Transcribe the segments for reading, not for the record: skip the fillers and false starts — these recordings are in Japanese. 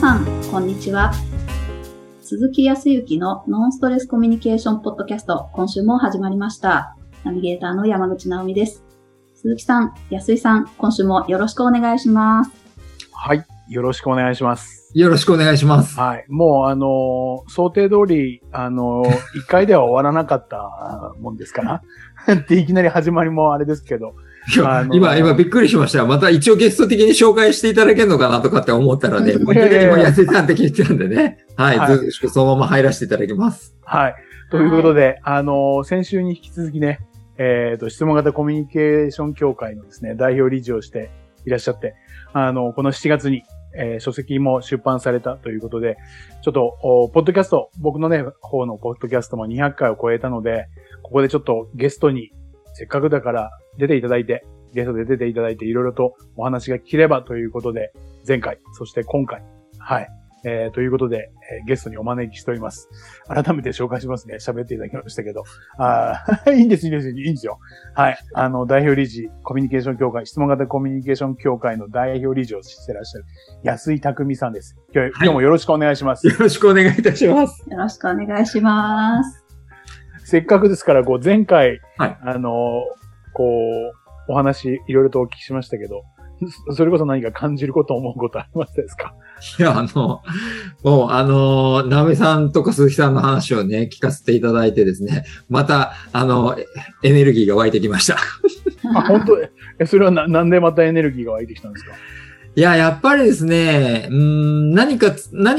さん、こんにちは。鈴木康之のノンストレスコミュニケーションポッドキャスト、今週も始まりました。ナビゲーターの山口直美です。鈴木さん、安井さん、今週もよろしくお願いします。 はい、よろしくお願いします。 よろしくお願いします。 はい、もう想定通り1回では終わらなかったもんですからっていきなり始まりもあれですけど。 今びっくりしました。また一応ゲスト的に紹介していただけるのかなとかって思ったらね、もういきなり安井さんって聞いてたんでね。はい、はい、そのまま入らせていただきます。 はい。ということで、先週に引き続きね、質問型コミュニケーション協会のですね、代表理事をしていらっしゃって、この7月に、書籍も出版されたということで、ちょっと、ポッドキャスト、僕のね、方のポッドキャストも200回を超えたので、ここでちょっとゲストに、せっかくだからゲストで出ていただいていろいろとお話が聞ければということで、前回、そして今回、はい。ということで、ゲストにお招きしております。改めて紹介しますね。喋っていただきましたけど。いいんですよ。はい。代表理事、コミュニケーション協会、質問型コミュニケーション協会の代表理事をしていらっしゃる、安井匠さんです。今日もよろしくお願いします。 よろしくお願いいたします。 よろしくお願いします。 せっかくですから、前回、 はい、 お話、いろいろとお聞きしましたけど、それこそ何か感じること、思うことありましたですか？ いや、もう、直美さんとか鈴木さんの話をね、聞かせていただいてですね、また、エネルギーが湧いてきました。 本当？それはなんでまたエネルギーが湧いてきたんですか？ いや、やっぱりですね、何か、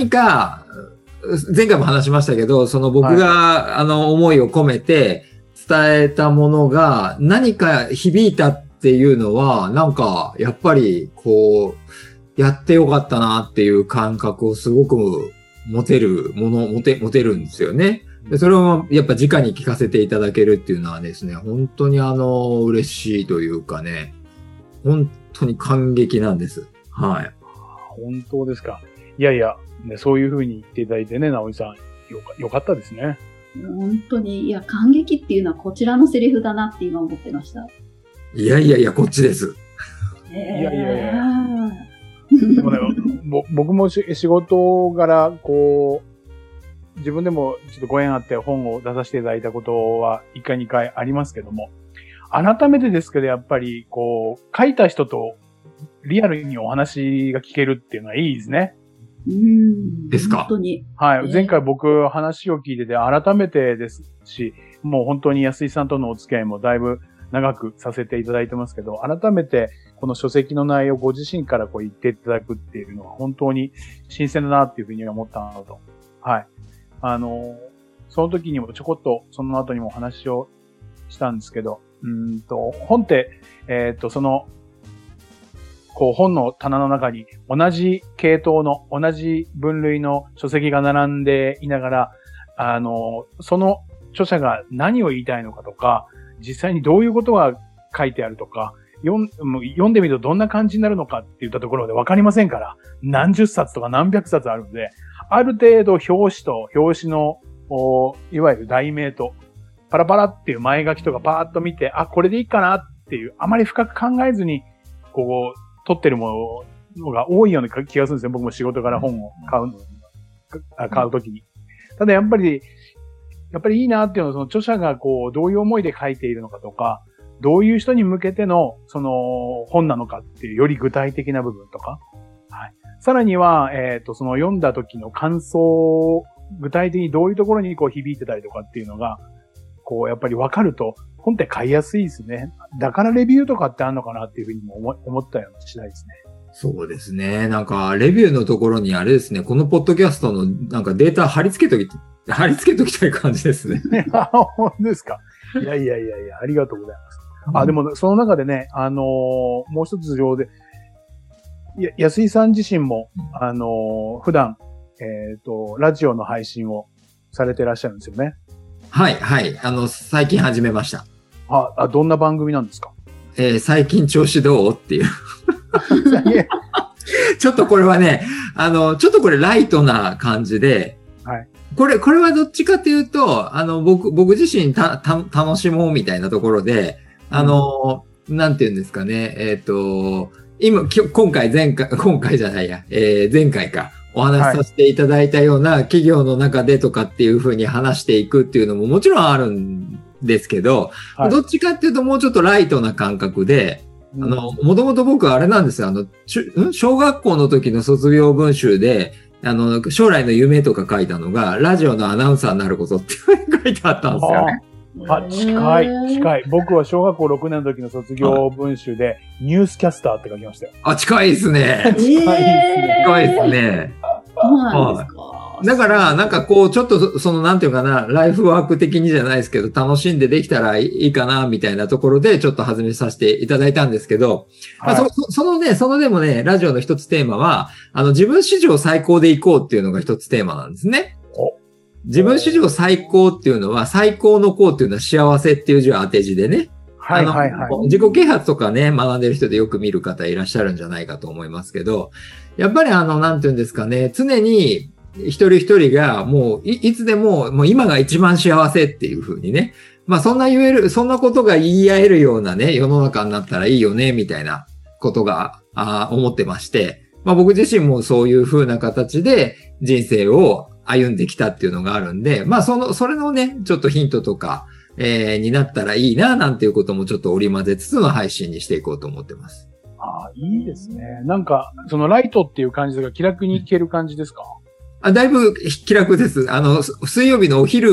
前回も話しましたけど、その僕が、はい、思いを込めて伝えたものが何か響いたっていうのは、なんか、やっぱり、やってよかったなっていう感覚をすごく持てるんですよね。でそれをやっぱ直に聞かせていただけるっていうのはですね、本当に嬉しいというかね、本当に感激なんです。はい。 本当ですか。いやいや、ね、そういう風に言っていただいてね、直美さん、よかったですね。 本当に、いや、感激っていうのはこちらのセリフだなって今思ってました。 いや、こっちです。 いや。でもね、僕も仕事柄、自分でもちょっとご縁あって本を出させていただいたことは1回2回ありますけども、改めてですけど、やっぱり、書いた人とリアルにお話が聞けるっていうのはいいですね。 ですか？ 本当に。 はい。前回僕話を聞いてて改めてですし、もう本当に安井さんとのお付き合いもだいぶ長くさせていただいてますけど、改めてこの書籍の内容をご自身から言っていただくっていうのは本当に新鮮だなっていうふうに思ったなと。はい。その時にもちょこっとその後にもお話をしたんですけど、本って、本の棚の中に同じ系統の同じ分類の書籍が並んでいながら、その著者が何を言いたいのかとか、実際にどういうことが書いてあるとか、読んでみるとどんな感じになるのかっていったところで分かりませんから、何十冊とか何百冊あるので、ある程度表紙の、いわゆる題名と、パラパラっていう前書きとかパーッと見て、これでいいかなっていう、あまり深く考えずに、取ってるものが多いような気がするんですよ。僕も仕事から本を買うときに。ただやっぱりいいなっていうのは、その著者がどういう思いで書いているのかとか、どういう人に向けてのその本なのかっていうより具体的な部分とか、はい。さらには、その読んだ時の感想、具体的にどういうところに響いてたりとかっていうのが、やっぱり分かると、本って買いやすいですね。だからレビューとかってあるのかなっていうふうにも思ったような次第ですね。 そうですね。なんか、レビューのところにあれですね、このポッドキャストのなんかデータ貼り付けときたい感じですね。 本当ですか。いや、ありがとうございます。でも、その中でね、もう一つ上で、安井さん自身も、普段、ラジオの配信をされてらっしゃるんですよね。 はい。最近始めました。 どんな番組なんですか？ 最近調子どうっていう。ちょっとこれはね、ちょっとこれライトな感じで、 はい。 これはどっちかというと、僕自身楽しもうみたいなところで、なんて言うんですかね、今回じゃないや、前回か。 お話しさせていただいたような企業の中でとかっていうふうに話していくっていうのももちろんあるんですけど、はい、どっちかっていうともうちょっとライトな感覚で、もともと僕はあれなんですよ。小学校の時の卒業文集で、将来の夢とか書いたのが、ラジオのアナウンサーになることって書いてあったんですよね。 近い。僕は小学校6年の時の卒業文集で、ニュースキャスターって書きましたよ。 近いですね。近いですね。 そうなんですか。 だから、なんかこう、ちょっと、なんていうかな、ライフワーク的にじゃないですけど、楽しんでできたらいいかな、みたいなところで、ちょっと始めさせていただいたんですけど、はい、そのでもね、ラジオの一つテーマは、自分史上最高でいこうっていうのが一つテーマなんですね。自分史上最高っていうのは、最高の高っていうのは幸せっていう字は当て字でね。自己啓発とかね、学んでる人でよく見る方いらっしゃるんじゃないかと思いますけど、やっぱりなんていうんですかね、常に、一人一人がもういつでも今が一番幸せっていう風にね。そんなことが言い合えるようなね、世の中になったらいいよね、みたいなことが、思ってまして。僕自身もそういう風な形で人生を歩んできたっていうのがあるんで、それのね、ちょっとヒントとか、になったらいいな、なんていうこともちょっと織り交ぜつつの配信にしていこうと思ってます。 いいですね。なんか、そのライトっていう感じが気楽に聞ける感じですか？ だいぶ気楽です。水曜日の水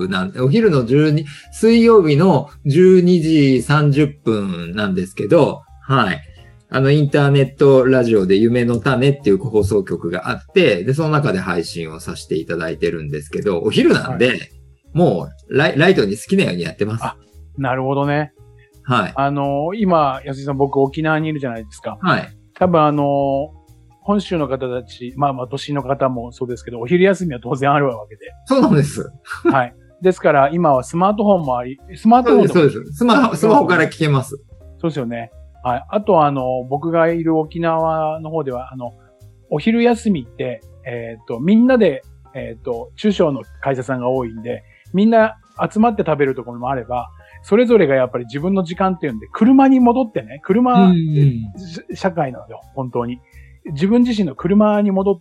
曜日の12時30分なんですけど、はい。インターネットラジオで夢の種っていう放送局があって、で、その中で配信をさせていただいてるんですけど、お昼なんで、はい、もうライトに好きなようにやってます。 なるほどね。 はい。 今、安井さん僕沖縄にいるじゃないですか。 はい。 多分本州の方たち、都心の方もそうですけど、お昼休みは当然あるわけで。 そうなんです。 はい。ですから、今はスマートフォンもあり、スマートフォンそうです。スマホから聞けます。 そうですよね。はい。あと僕がいる沖縄の方では、お昼休みって、みんなで、中小の会社さんが多いんで、みんな集まって食べるところもあれば、それぞれがやっぱり自分の時間っていうんで、車に戻ってね、社会なのよ、本当に。自分自身の車に戻って、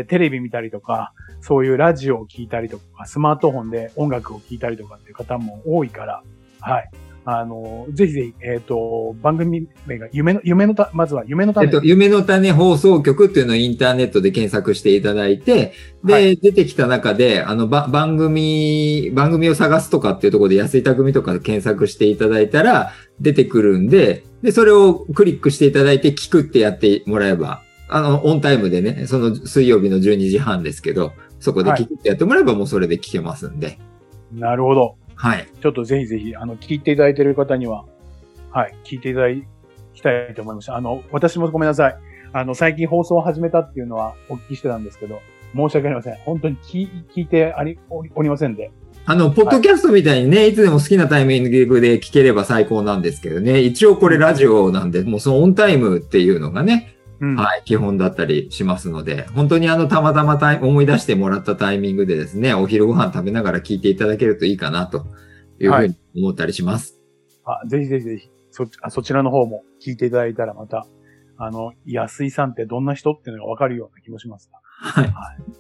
テレビ見たりとか、そういうラジオを聞いたりとか、スマートフォンで音楽を聞いたりとかっていう方も多いから、はい。ぜひぜひ、番組名がまずは夢の種。 夢の種放送局っていうのをインターネットで検索していただいて、で、はい、出てきた中で、番組を探すとかっていうところで安井匠とかで検索していただいたら出てくるんで、で、それをクリックしていただいて聞くってやってもらえば、オンタイムでね、その水曜日の12時半ですけど、そこで聞くってやってもらえばもうそれで聞けますんで。 なるほど。 はい。 ちょっとぜひぜひ、聞いていただいている方には、はい、聞いていただきたいと思いました。私もごめんなさい。最近放送を始めたっていうのはお聞きしてたんですけど、申し訳ありません。本当に聞いておりませんで。 ポッドキャストみたいにね、いつでも好きなタイミングで聞ければ最高なんですけどね。一応これラジオなんで、もうそのオンタイムっていうのがね、はい、基本だったりしますので、本当にたまたま思い出してもらったタイミングでですね、お昼ご飯食べながら聞いていただけるといいかなというふうに思ったりします。 はい、ぜひぜひぜひ、そちらの方も聞いていただいたらまた、安井さんってどんな人っていうのがわかるような気もしますが。 はい。はい、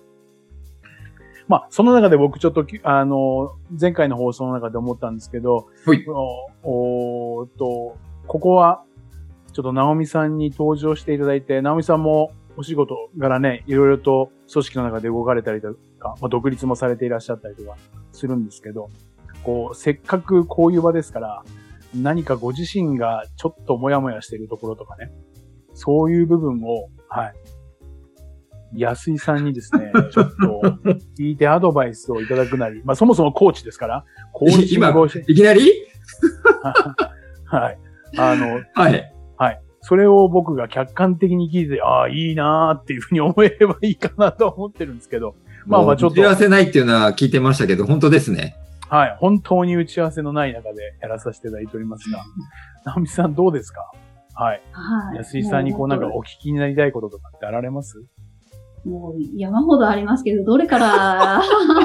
その中で僕ちょっと、前回の放送の中で思ったんですけど、 はい。 ここは、ちょっと直美さんに登場していただいて、直美さんもお仕事柄ね、いろいろと組織の中で動かれたりとか、独立もされていらっしゃったりとかするんですけど、せっかくこういう場ですから、何かご自身がちょっともやもやしているところとかね、そういう部分を、はい。安井さんにですね、ちょっと聞いてアドバイスをいただくなり、そもそもコーチですから、コーチ今、いきなりはい。 はい。 はい。それを僕が客観的に聞いて、いいなーっていうふうに思えればいいかなと思ってるんですけど。 ちょっと。打ち合わせないっていうのは聞いてましたけど、本当ですね。 はい。本当に打ち合わせのない中でやらさせていただいておりますが。直美さんどうですか？はい。はい。安井さんになんかお聞きになりたいこととかってあられます？ もう山ほどありますけど、どれから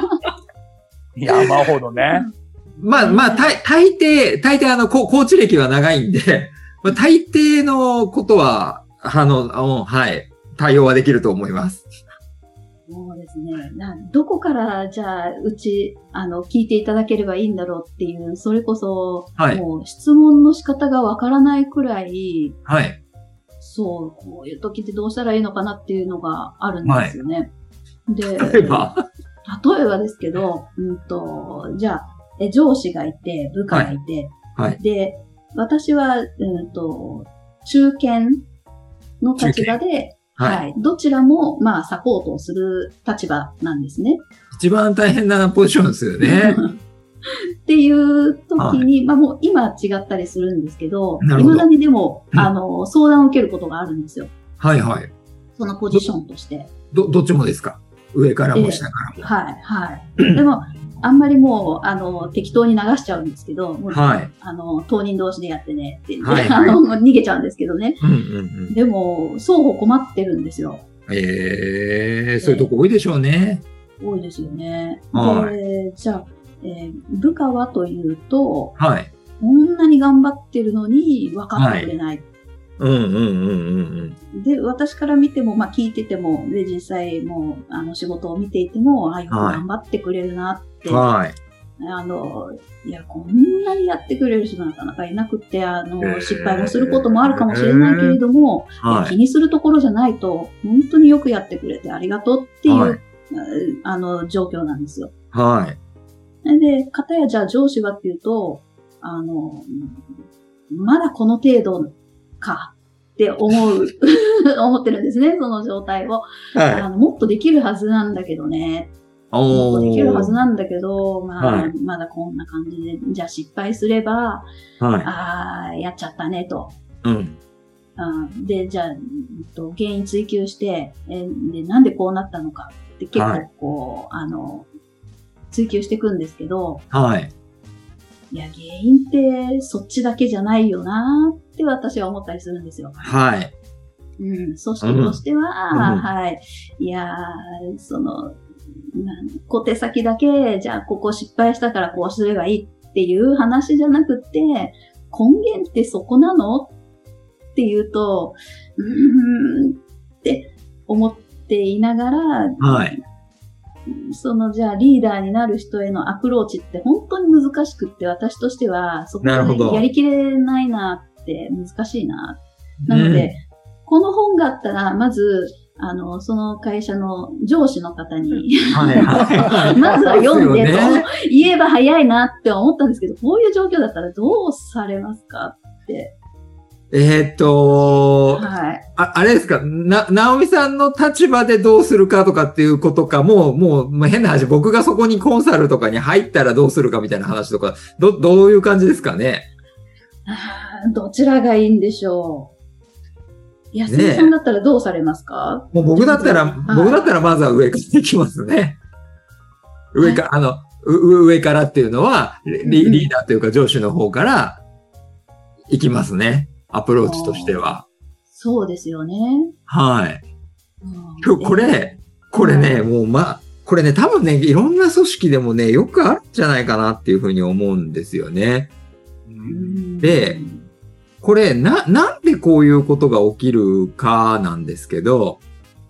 山ほどね。 大抵コーチ歴は長いんで、大抵のことは、はい、対応はできると思います。 そうですね。どこからじゃあ、聞いていただければいいんだろうっていう、それこそ、 はい。 もう質問の仕方がわからないくらい、 はい。 そう、こういう時ってどうしたらいいのかなっていうのがあるんですよね。で、 例えばですけど、じゃあ、上司がいて、部下がいて、 はい。 で、私は、中堅の立場で、はい。どちらも、まあ、サポートをする立場なんですね。 一番大変なポジションですよね。 っていう時に、まあもう今違ったりするんですけど、 なるほど未だにでも、相談を受けることがあるんですよ。 はいはい。 そのポジションとして。 どっちもですか？上からも下からも。 はい、はい。でも、あんまりもう、適当に流しちゃうんですけど、もうはい。 当人同士でやってねって、 はいはい逃げちゃうんですけどね。 うんうんうん。 でも、双方困ってるんですよ。 そういうとこ多いでしょうね。 多いですよね。 はいで、じゃあ、部下はというと、 はい。 こんなに頑張ってるのに分かってくれない。 うんうんうんうんうん。 で、私から見ても、まあ聞いてても、で、実際もう、仕事を見ていても、よく頑張ってくれるなって。 はい。 いや、こんなにやってくれる人なかなかいなくて、失敗もすることもあるかもしれないけれども、 はい、 気にするところじゃないと、本当によくやってくれてありがとうっていう、 はい、 状況なんですよ。 はい。 で、かたやじゃあ上司はっていうと、まだこの程度かって思ってるんですね、その状態を。 はい、 もっとできるはずなんだけどね。もっとできるはずなんだけど、まあ、はい、まだこんな感じで、じゃあ失敗すれば、はい、やっちゃったねと。 うん。 で、じゃあ、原因追求して、で、なんでこうなったのかって結構こう、はい、追求していくんですけど、 はい。 いや、原因ってそっちだけじゃないよなって私は思ったりするんですよ。 はい。 うん、組織としては、はい。いや、小手先だけ、じゃあここ失敗したからこうすればいいっていう話じゃなくて、根源ってそこなのっていうと、って思っていながら、 はい。 じゃあリーダーになる人へのアプローチって本当に難しくって、私としてはそこでやりきれないなって難しいな。なので、この本があったら、まず、その会社の上司の方に、まずは読んでと言えば早いなって思ったんですけど、こういう状況だったらどうされますかって。 はい。あれですか、直美さんの立場でどうするかとかっていうことか、もう変な話、僕がそこにコンサルとかに入ったらどうするかみたいな話とか、どういう感じですかね？ どちらがいいんでしょう。安井さんだったらどうされますか？ もう僕だったらまずは上から行きますね。上からっていうのは、リーダーというか上司の方から行きますね。アプローチとしては。 そうですよね。 はい。これね、これね、多分ね、いろんな組織でもね、よくあるんじゃないかなっていうふうに思うんですよね。で、これ、なんでこういうことが起きるかなんですけど、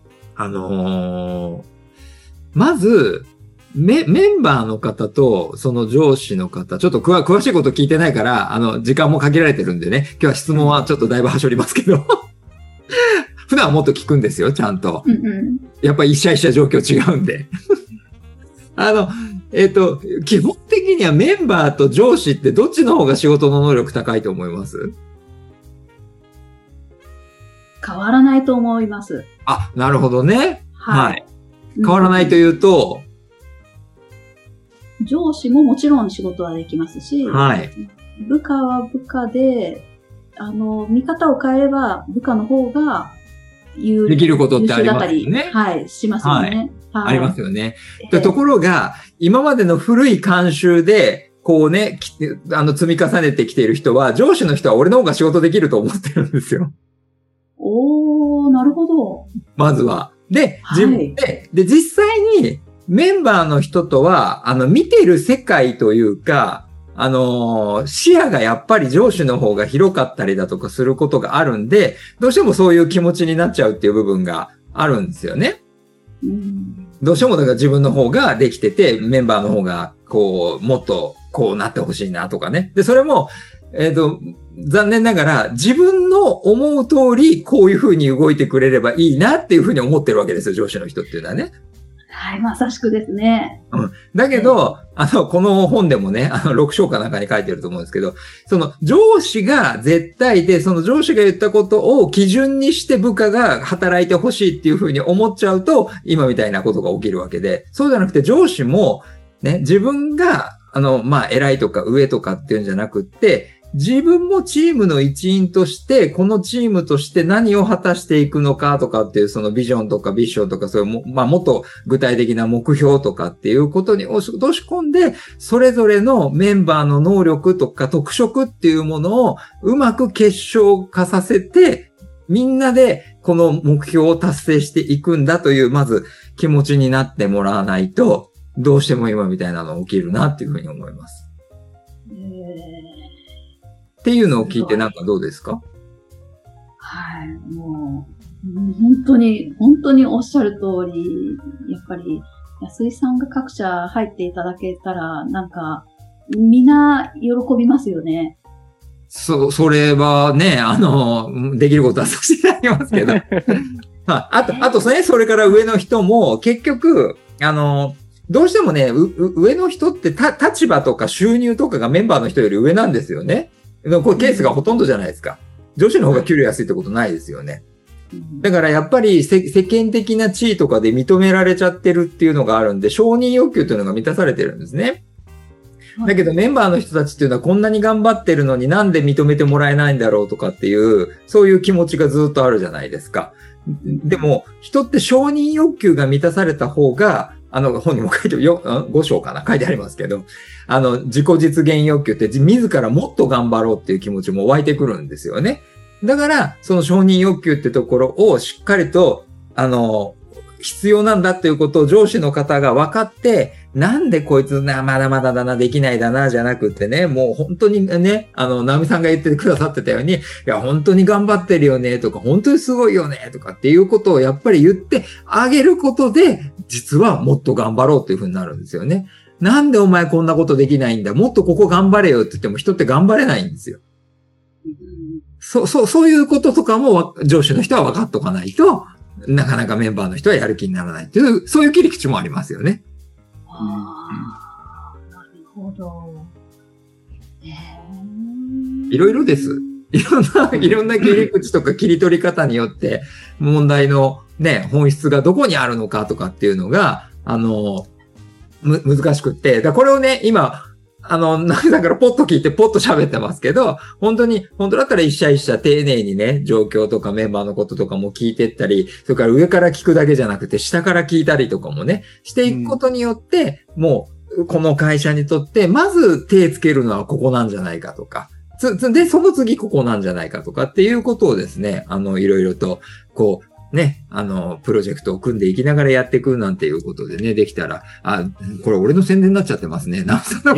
まず、メンバーの方と、その上司の方、ちょっと詳しいこと聞いてないから、時間も限られてるんでね、今日は質問はちょっとだいぶはしょりますけど、普段はもっと聞くんですよ、ちゃんと。やっぱり一社一社状況違うんで。基本的にはメンバーと上司ってどっちの方が仕事の能力高いと思います？ 変わらないと思います。 あ、なるほどね。 はい。 変わらないというと、 上司ももちろん仕事はできますし、 はい。 部下は部下で、見方を変えれば部下の方ができることってありますよね。 はい、しますよね。 はい、ありますよね。ところが、今までの古い慣習で、こうね、積み重ねてきている人は、上司の人は俺の方が仕事できると思ってるんですよ。 なるほど。 まずは。で、実際にメンバーの人とは、見ている世界というか、視野がやっぱり上司の方が広かったりだとかすることがあるんで、どうしてもそういう気持ちになっちゃうっていう部分があるんですよね。 どうしてもだから自分の方ができてて、メンバーの方が、もっとこうなってほしいなとかね。で、それも、残念ながら自分の思う通りこういう風に動いてくれればいいなっていう風に思ってるわけですよ、上司の人っていうのはね。 はい、まさしくですね。 だけど、この本でもね、6章かなんかに書いてると思うんですけど、その上司が絶対で、その上司が言ったことを基準にして部下が働いてほしいっていう風に思っちゃうと、今みたいなことが起きるわけで、そうじゃなくて上司も、ね、自分が、偉いとか上とかっていうんじゃなくって、自分もチームの一員として、このチームとして何を果たしていくのかとかっていう、そのビジョンとかビッションとか、そういうもっと具体的な目標とかっていうことに落とし込んで、それぞれのメンバーの能力とか特色っていうものをうまく結晶化させて、みんなでこの目標を達成していくんだという、まず気持ちになってもらわないと、どうしても今みたいなの起きるなっていうふうに思います。っていうのを聞いてなんかどうですか？ はい、もう、本当におっしゃる通り、やっぱり、安井さんが各社入っていただけたら、なんか、みんな喜びますよね。 それはね、できることはさせていただきますけど。あとね、それから上の人も、結局、どうしてもね、上の人って立場とか収入とかがメンバーの人より上なんですよね。これケースがほとんどじゃないですか。女子の方が給料安いってことないですよね。だからやっぱり世間的な地位とかで認められちゃってるっていうのがあるんで、承認欲求というのが満たされてるんですね。だけどメンバーの人たちっていうのはこんなに頑張ってるのになんで認めてもらえないんだろうとかっていう、そういう気持ちがずっとあるじゃないですか。でも、人って承認欲求が満たされた方が、本にも書いてるよ、5章かな書いてありますけど、自己実現欲求って自らもっと頑張ろうっていう気持ちも湧いてくるんですよね。だから、その承認欲求ってところをしっかりと、必要なんだっていうことを上司の方が分かって、なんでこいつまだまだだな、できないだな、じゃなくってね、もう本当にね、直美さんが言ってくださってたように、いや、本当に頑張ってるよね、とか、本当にすごいよね、とかっていうことをやっぱり言ってあげることで、実はもっと頑張ろうっていうふうになるんですよね。なんでお前こんなことできないんだ、もっとここ頑張れよって言っても人って頑張れないんですよ。そういうこととかも上司の人は分かっとかないと、なかなかメンバーの人はやる気にならないっていう、そういう切り口もありますよね。 なるほど。 いろいろです。いろんな切り口とか切り取り方によって、問題のね、本質がどこにあるのかとかっていうのが、難しくって、これをね、今、だからポッと聞いてポッと喋ってますけど、本当だったら一社一社丁寧にね、状況とかメンバーのこととかも聞いてったり、それから上から聞くだけじゃなくて下から聞いたりとかもね、していくことによって、もう、この会社にとって、まず手つけるのはここなんじゃないかとか、で、その次ここなんじゃないかとかっていうことをですね、いろいろと、ね、プロジェクトを組んでいきながらやっていくなんていうことでね、できたら、これ俺の宣伝になっちゃってますね。 い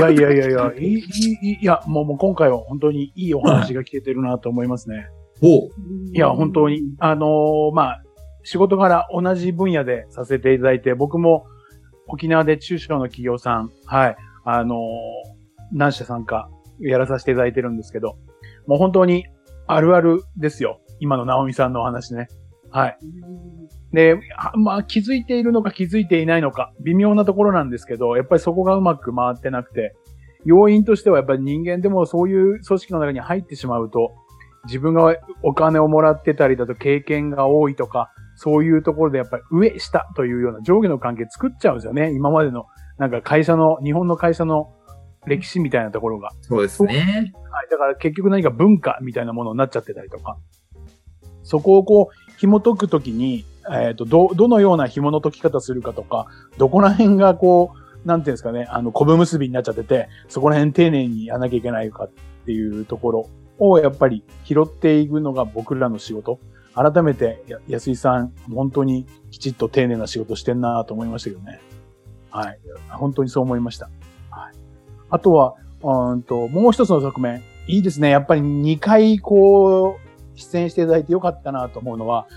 や、もう今回は本当にいいお話が聞けてるなと思いますね。いや、本当に、仕事柄同じ分野でさせていただいて、僕も沖縄で中小の企業さん、はい、何社さんかやらさせていただいてるんですけど、もう本当にあるあるですよ。今の直美さんのお話ね。はい。で、気づいているのか気づいていないのか、微妙なところなんですけど、やっぱりそこがうまく回ってなくて、要因としてはやっぱり人間でもそういう組織の中に入ってしまうと、自分がお金をもらってたりだと経験が多いとか、そういうところでやっぱり上、下というような上下の関係作っちゃうんですよね。今までの、なんか日本の会社の歴史みたいなところが。 そうですね。 はい。だから結局何か文化みたいなものになっちゃってたりとか。そこを紐解くときに、どのような紐の解き方するかとか、どこら辺がなんていうんですかね、昆布結びになっちゃってて、そこら辺丁寧にやらなきゃいけないかっていうところをやっぱり拾っていくのが僕らの仕事。改めて、安井さん、本当にきちっと丁寧な仕事してんなと思いましたけどね。はい。本当にそう思いました。はい。あとは、もう一つの側面。いいですね。やっぱり2回出演していただいてよかったなと思うのは、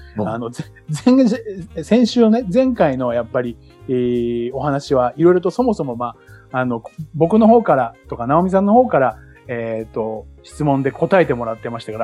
先週のね、前回のやっぱり、お話はいろいろとそもそも僕の方からとか、直美さんの方から、質問で答えてもらってましたから、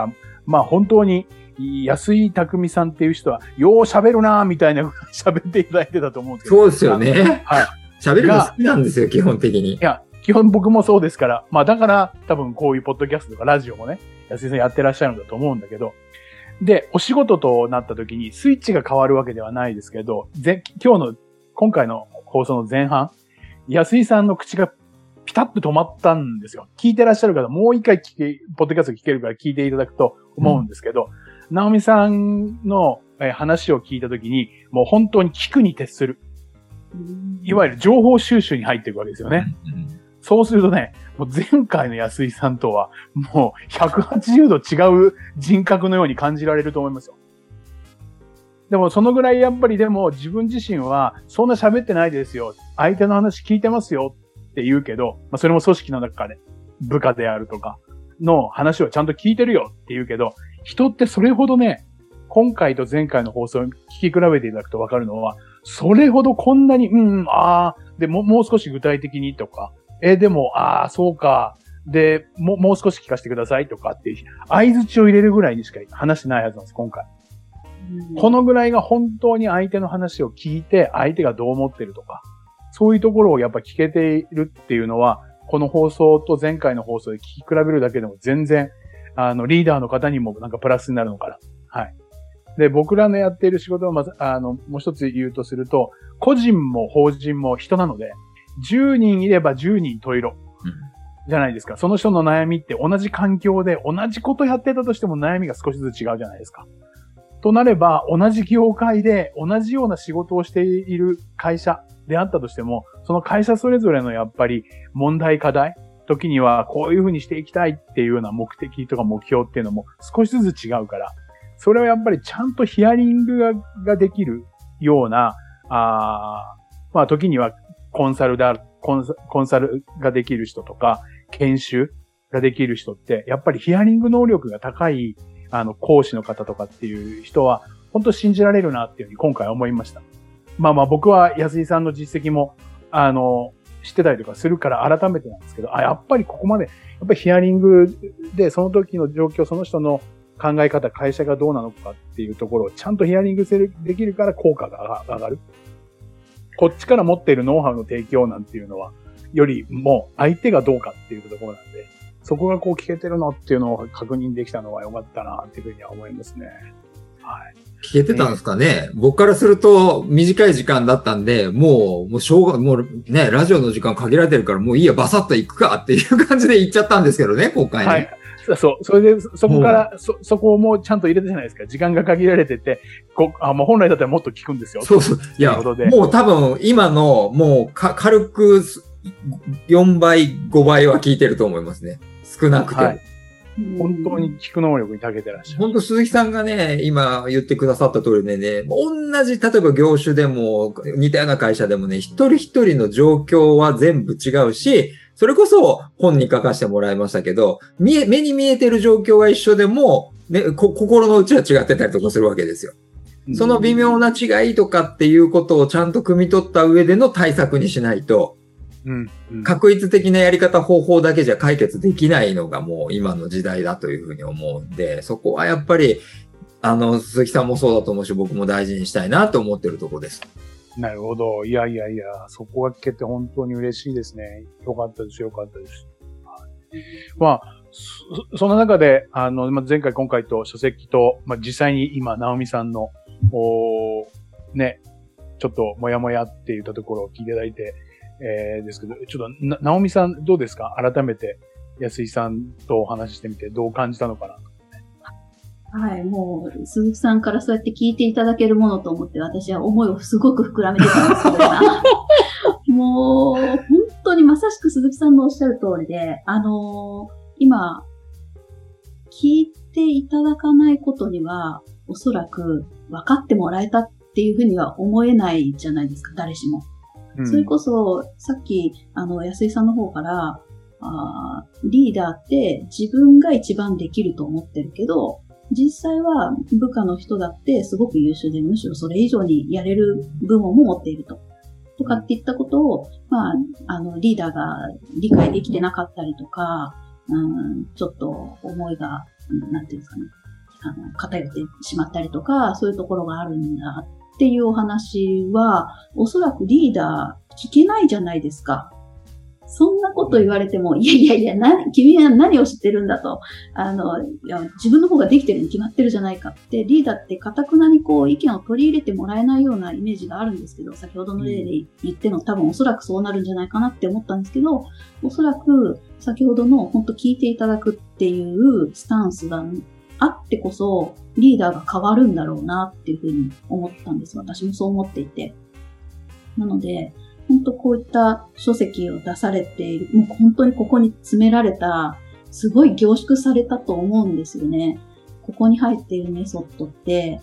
本当に、安井匠さんっていう人は、よう喋るなーみたいな喋っていただいてたと思うんですけど。 そうですよね。 はい。 喋るの好きなんですよ、基本的に。 いや、基本僕もそうですから、だから多分こういうポッドキャストとかラジオもね、安井さんやってらっしゃるんだと思うんだけど、で、お仕事となった時にスイッチが変わるわけではないですけど、今回の放送の前半、安井さんの口がピタッと止まったんですよ。聞いてらっしゃる方、もう一回ポッドキャスト聞けるから聞いていただくと思うんですけど、直美さんの話を聞いた時に、もう本当に聞くに徹する。いわゆる情報収集に入っていくわけですよね。そうするとね、もう前回の安井さんとは、もう180度違う人格のように感じられると思いますよ。でもそのぐらいやっぱりでも自分自身はそんな喋ってないですよ。相手の話聞いてますよって言うけど、それも組織の中で部下であるとかの話をちゃんと聞いてるよって言うけど、人ってそれほどね、今回と前回の放送を聞き比べていただくと分かるのは、それほどこんなに、でもう少し具体的にとか、でも、そうか、で、もう少し聞かせてくださいとかっていう、相槌を入れるぐらいにしか話してないはずなんです、今回。このぐらいが本当に相手の話を聞いて、相手がどう思ってるとか、そういうところをやっぱ聞けているっていうのは、この放送と前回の放送で聞き比べるだけでも全然、リーダーの方にもなんかプラスになるのかな。はい。で、僕らのやっている仕事はまず、もう一つ言うとすると、個人も法人も人なので、10人いれば10人十色。じゃないですか。その人の悩みって同じ環境で同じことやってたとしても悩みが少しずつ違うじゃないですか。となれば、同じ業界で同じような仕事をしている会社であったとしても、その会社それぞれのやっぱり問題課題、時にはこういうふうにしていきたいっていうような目的とか目標っていうのも少しずつ違うから、それをやっぱりちゃんとヒアリングができるような、時にはコンサルができる人とか、研修ができる人って、やっぱりヒアリング能力が高い、講師の方とかっていう人は、本当信じられるなっていうふうに今回思いました。僕は安井さんの実績も、知ってたりとかするから改めてなんですけど、やっぱりここまで、やっぱりヒアリングでその時の状況、その人の考え方、会社がどうなのかっていうところをちゃんとヒアリングできるから効果が上がる。こっちから持っているノウハウの提供なんていうのは、よりも相手がどうかっていうところなんで、そこがこう聞けてるのっていうのを確認できたのは良かったなっていうふうには思いますね。はい。 聞けてたんですかね。僕からすると短い時間だったんで、もうね、ラジオの時間限られてるからもういいや、バサッと行くかっていう感じで行っちゃったんですけどね、今回ね。はい。 そう。それで、そこから、そこをもうちゃんと入れたじゃないですか。時間が限られてて、もう本来だったらもっと聞くんですよ。 そう。いや、もう多分今の、もう軽く4倍、5倍は聞いてると思いますね。少なくても。はい。 本当に聞く能力に長けてらっしゃる。 本当鈴木さんがね、今言ってくださった通りでね、同じ、例えば業種でも、似たような会社でもね、一人一人の状況は全部違うし、それこそ本に書かせてもらいましたけど、目に見えてる状況は一緒でも、ね、心の内は違ってたりとかするわけですよ。その微妙な違いとかっていうことをちゃんと汲み取った上での対策にしないと、確一的なやり方方法だけじゃ解決できないのがもう今の時代だというふうに思うんで、そこはやっぱり、鈴木さんもそうだと思うし、僕も大事にしたいなと思ってるところです。 なるほど。いや、そこが聞けて本当に嬉しいですね。よかったです。その中で、前回今回と書籍と、実際に今、直美さんの、ちょっともやもやって言ったところを聞いていただいて、ですけど、ちょっと、直美さんどうですか？改めて、安井さんとお話ししてみてどう感じたのかな？ はい、もう、鈴木さんからそうやって聞いていただけるものと思って、私は思いをすごく膨らめてたんですけど、もう、本当にまさしく鈴木さんのおっしゃる通りで、今、聞いていただかないことには、おそらく分かってもらえたっていうふうには思えないじゃないですか、誰しも。それこそ、さっき、安井さんの方から、リーダーって自分が一番できると思ってるけど、 実際は部下の人だってすごく優秀で、むしろそれ以上にやれる部門も持っていると。とかっていったことを、リーダーが理解できてなかったりとか、ちょっと思いが、なんていうんですかね、偏ってしまったりとか、そういうところがあるんだっていうお話は、おそらくリーダー聞けないじゃないですか。そんなこと言われても、いや、君は何を知ってるんだと。自分の方ができてるに決まってるじゃないかって、リーダーって堅くなに意見を取り入れてもらえないようなイメージがあるんですけど、先ほどの例で言っても多分おそらくそうなるんじゃないかなって思ったんですけど、おそらく先ほどの本当聞いていただくっていうスタンスがあってこそ、リーダーが変わるんだろうなっていうふうに思ったんです。私もそう思っていて。なので、本当こういった書籍を出されている、もう本当にここに詰められた、すごい凝縮されたと思うんですよね。ここに入っているメソッドって、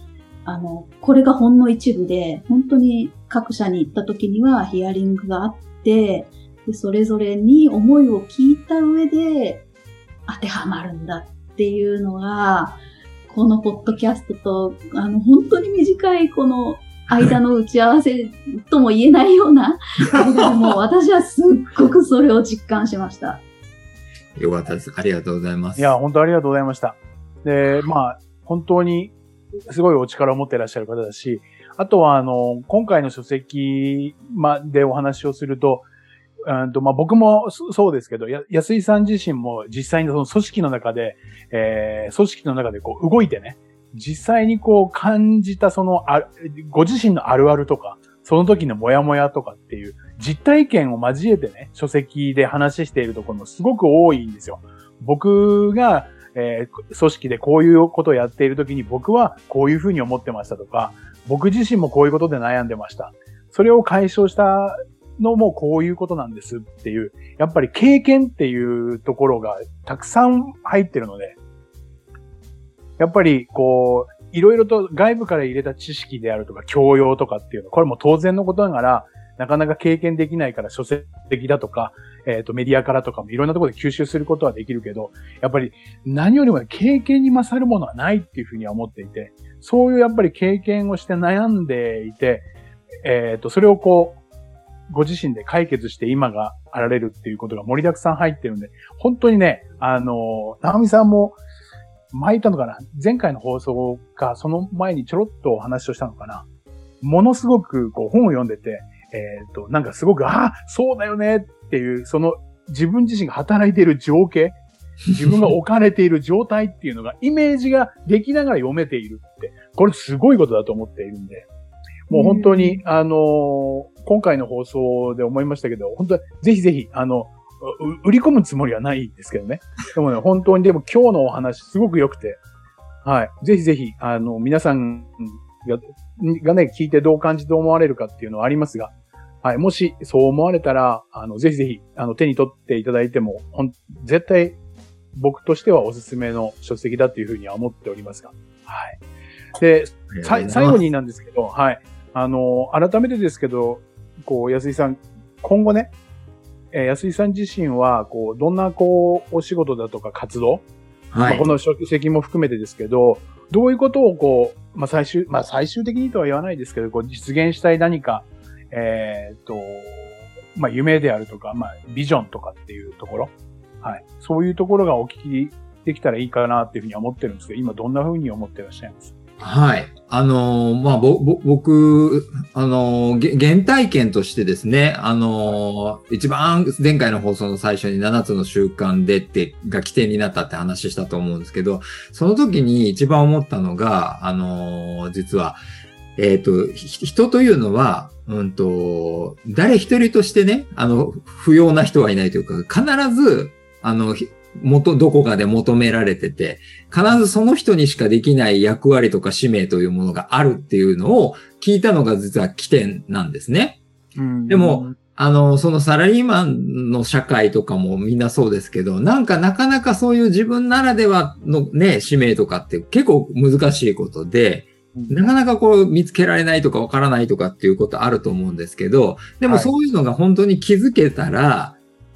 これがほんの一部で、本当に各社に行った時にはヒアリングがあって、でそれぞれに思いを聞いた上で当てはまるんだっていうのが、このポッドキャストと、本当に短いこの間の打ち合わせとも言えないような間でも私はすっごくそれを実感しました。 よかったです。ありがとうございます。 いや、本当ありがとうございました。で、本当にすごいお力を持っていらっしゃる方だし、あとは今回の書籍でお話をすると、僕もそうですけど、安井さん自身も実際にその組織の中で、組織の中で動いてね、実際に感じたご自身のあるあるとか、その時のモヤモヤとかっていう実体験を交えてね、書籍で話しているところもすごく多いんですよ。僕が、組織でこういうことをやっている時に僕はこういうふうに思ってましたとか、僕自身もこういうことで悩んでました。それを解消したのもこういうことなんですっていう、やっぱり経験っていうところがたくさん入ってるので、やっぱりいろいろと外部から入れた知識であるとか教養とかっていうの、これも当然のことながら、なかなか経験できないから書籍だとか、メディアからとかもいろんなところで吸収することはできるけど、やっぱり何よりも経験に勝るものはないっていうふうには思っていて、そういうやっぱり経験をして悩んでいて、それをご自身で解決して今があられるっていうことが盛りだくさん入ってるんで、本当にね、直美さんも、前言ったのかな、前回の放送か、その前にちょろっとお話をしたのかな。ものすごく本を読んでて、なんかすごく、そうだよねっていう、その自分自身が働いている情景、自分が置かれている状態っていうのが、イメージができながら読めているって、これすごいことだと思っているんで、もう本当に、今回の放送で思いましたけど、本当にぜひぜひ、売り込むつもりはないですけどね。でもね、本当にでも今日のお話すごく良くて、はい。ぜひぜひ、皆さんがね、聞いてどう感じて思われるかっていうのはありますが、はい。もしそう思われたら、ぜひぜひ、手に取っていただいても、絶対僕としてはおすすめの書籍だというふうには思っておりますが、はい。で、最後になんですけど、はい。改めてですけど、安井さん、今後ね、安井さん自身は、どんな、お仕事だとか活動、はい。この書籍も含めてですけど、どういうことを最終的にとは言わないですけど、実現したい何か、夢であるとか、ビジョンとかっていうところ、はい。そういうところがお聞きできたらいいかなっていうふうに思ってるんですけど、今どんなふうに思ってらっしゃいます？ はい。僕、原体験としてですね、一番前回の放送の最初に7つの習慣でが起点になったって話したと思うんですけど、その時に一番思ったのが、実は、人というのは、誰一人としてね、不要な人はいないというか、必ず、どこかで求められてて、必ずその人にしかできない役割とか使命というものがあるっていうのを聞いたのが実は起点なんですね。でも、そのサラリーマンの社会とかもみんなそうですけど、なかなかそういう自分ならではのね、使命とかって結構難しいことで、なかなか見つけられないとかわからないとかっていうことあると思うんですけど、でもそういうのが本当に気づけたら、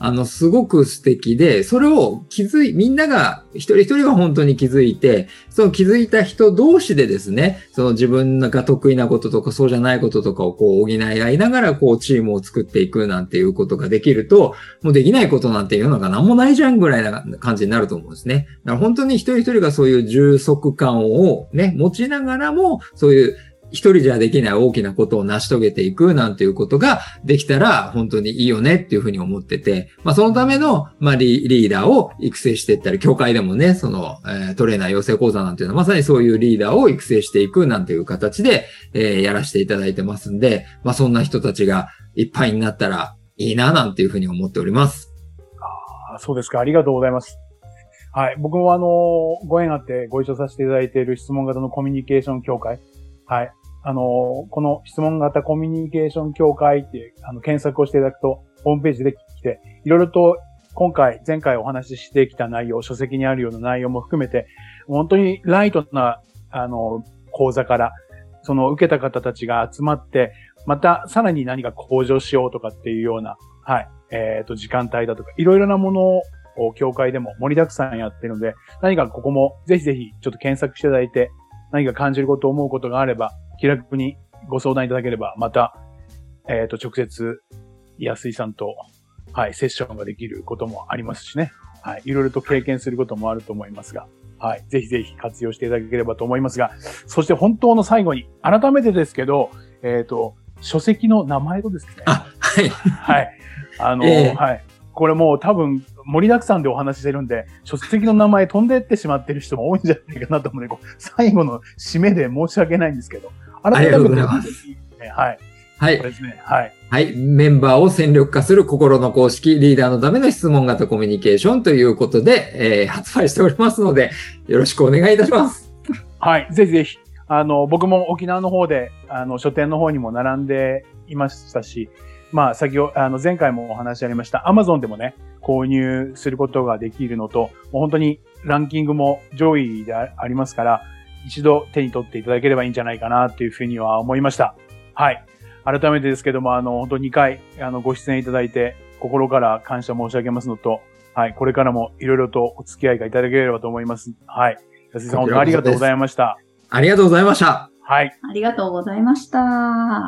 すごく素敵で、それをみんなが、一人一人が本当に気づいて、その気づいた人同士でですね、その自分が得意なこととかそうじゃないこととかをこう補い合いながらこうチームを作っていくなんていうことができると、もうできないことなんていうのが何もないじゃんぐらいな感じになると思うんですね。だから本当に一人一人がそういう充足感をね、持ちながらも、そういう一人じゃできない大きなことを成し遂げていくなんていうことができたら本当にいいよねっていうふうに思ってて、そのための、リーダーを育成していったり、協会でもね、トレーナー養成講座なんていうのはまさにそういうリーダーを育成していくなんていう形で、やらせていただいてますんで、そんな人たちがいっぱいになったらいいななんていうふうに思っております。 そうですか。ありがとうございます。はい。僕もご縁あってご一緒させていただいている質問型のコミュニケーション協会。はい。この質問型コミュニケーション協会って検索をしていただくと、ホームページで来て、いろいろと前回お話ししてきた内容、書籍にあるような内容も含めて、本当にライトな、講座から、受けた方たちが集まって、またさらに何か向上しようとかっていうような、はい、時間帯だとか、いろいろなものを協会でも盛りだくさんやってるので、何かここもぜひぜひちょっと検索していただいて、何か感じること、思うことがあれば、気楽にご相談いただければ、また、直接、安井さんと、はい、セッションができることもありますしね。はい、いろいろと経験することもあると思いますが、はい、ぜひぜひ活用していただければと思いますが、そして本当の最後に、改めてですけど、書籍の名前とですね。 はい。 はい。はい。これもう多分、盛りだくさんでお話ししてるんで、書籍の名前飛んでってしまってる人も多いんじゃないかなと思うので、最後の締めで申し訳ないんですけど。 ありがとうございます。 はい。はい。これですね。はい。 はい。メンバーを戦力化する心の公式リーダーのための質問型コミュニケーションということで、発売しておりますので、よろしくお願いいたします。 はい。ぜひぜひ。僕も沖縄の方で、書店の方にも並んでいましたし、先ほど、前回もお話ありました、Amazon でもね、購入することができるのと、もう本当にランキングも上位でありますから、一度手に取っていただければいいんじゃないかなというふうには思いました。はい。改めてですけども、本当2回、ご出演いただいて、心から感謝申し上げますのと、はい。これからもいろいろとお付き合いがいただければと思います。はい。安井さん、本当にありがとうございました。 ありがとうございました。 はい。 ありがとうございました。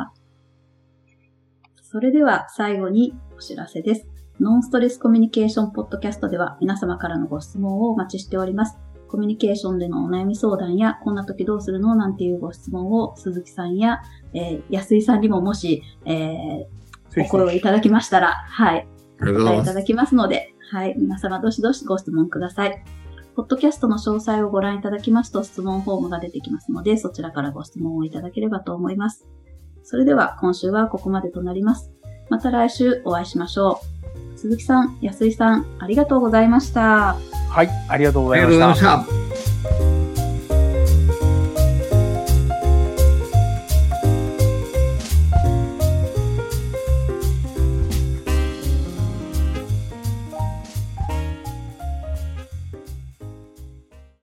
それでは最後にお知らせです。ノンストレスコミュニケーションポッドキャストでは皆様からのご質問をお待ちしております。コミュニケーションでのお悩み相談や、こんな時どうするのなんていうご質問を鈴木さんや、安井さんにももし、お声をいただきましたら、はい、お答えいただきますので、はい、皆様どしどしご質問ください。ポッドキャストの詳細をご覧いただきますと質問フォームが出てきますので、そちらからご質問をいただければと思います。それでは今週はここまでとなります。また来週お会いしましょう。鈴木さん、安井さん、ありがとうございました。 はい、ありがとうございました。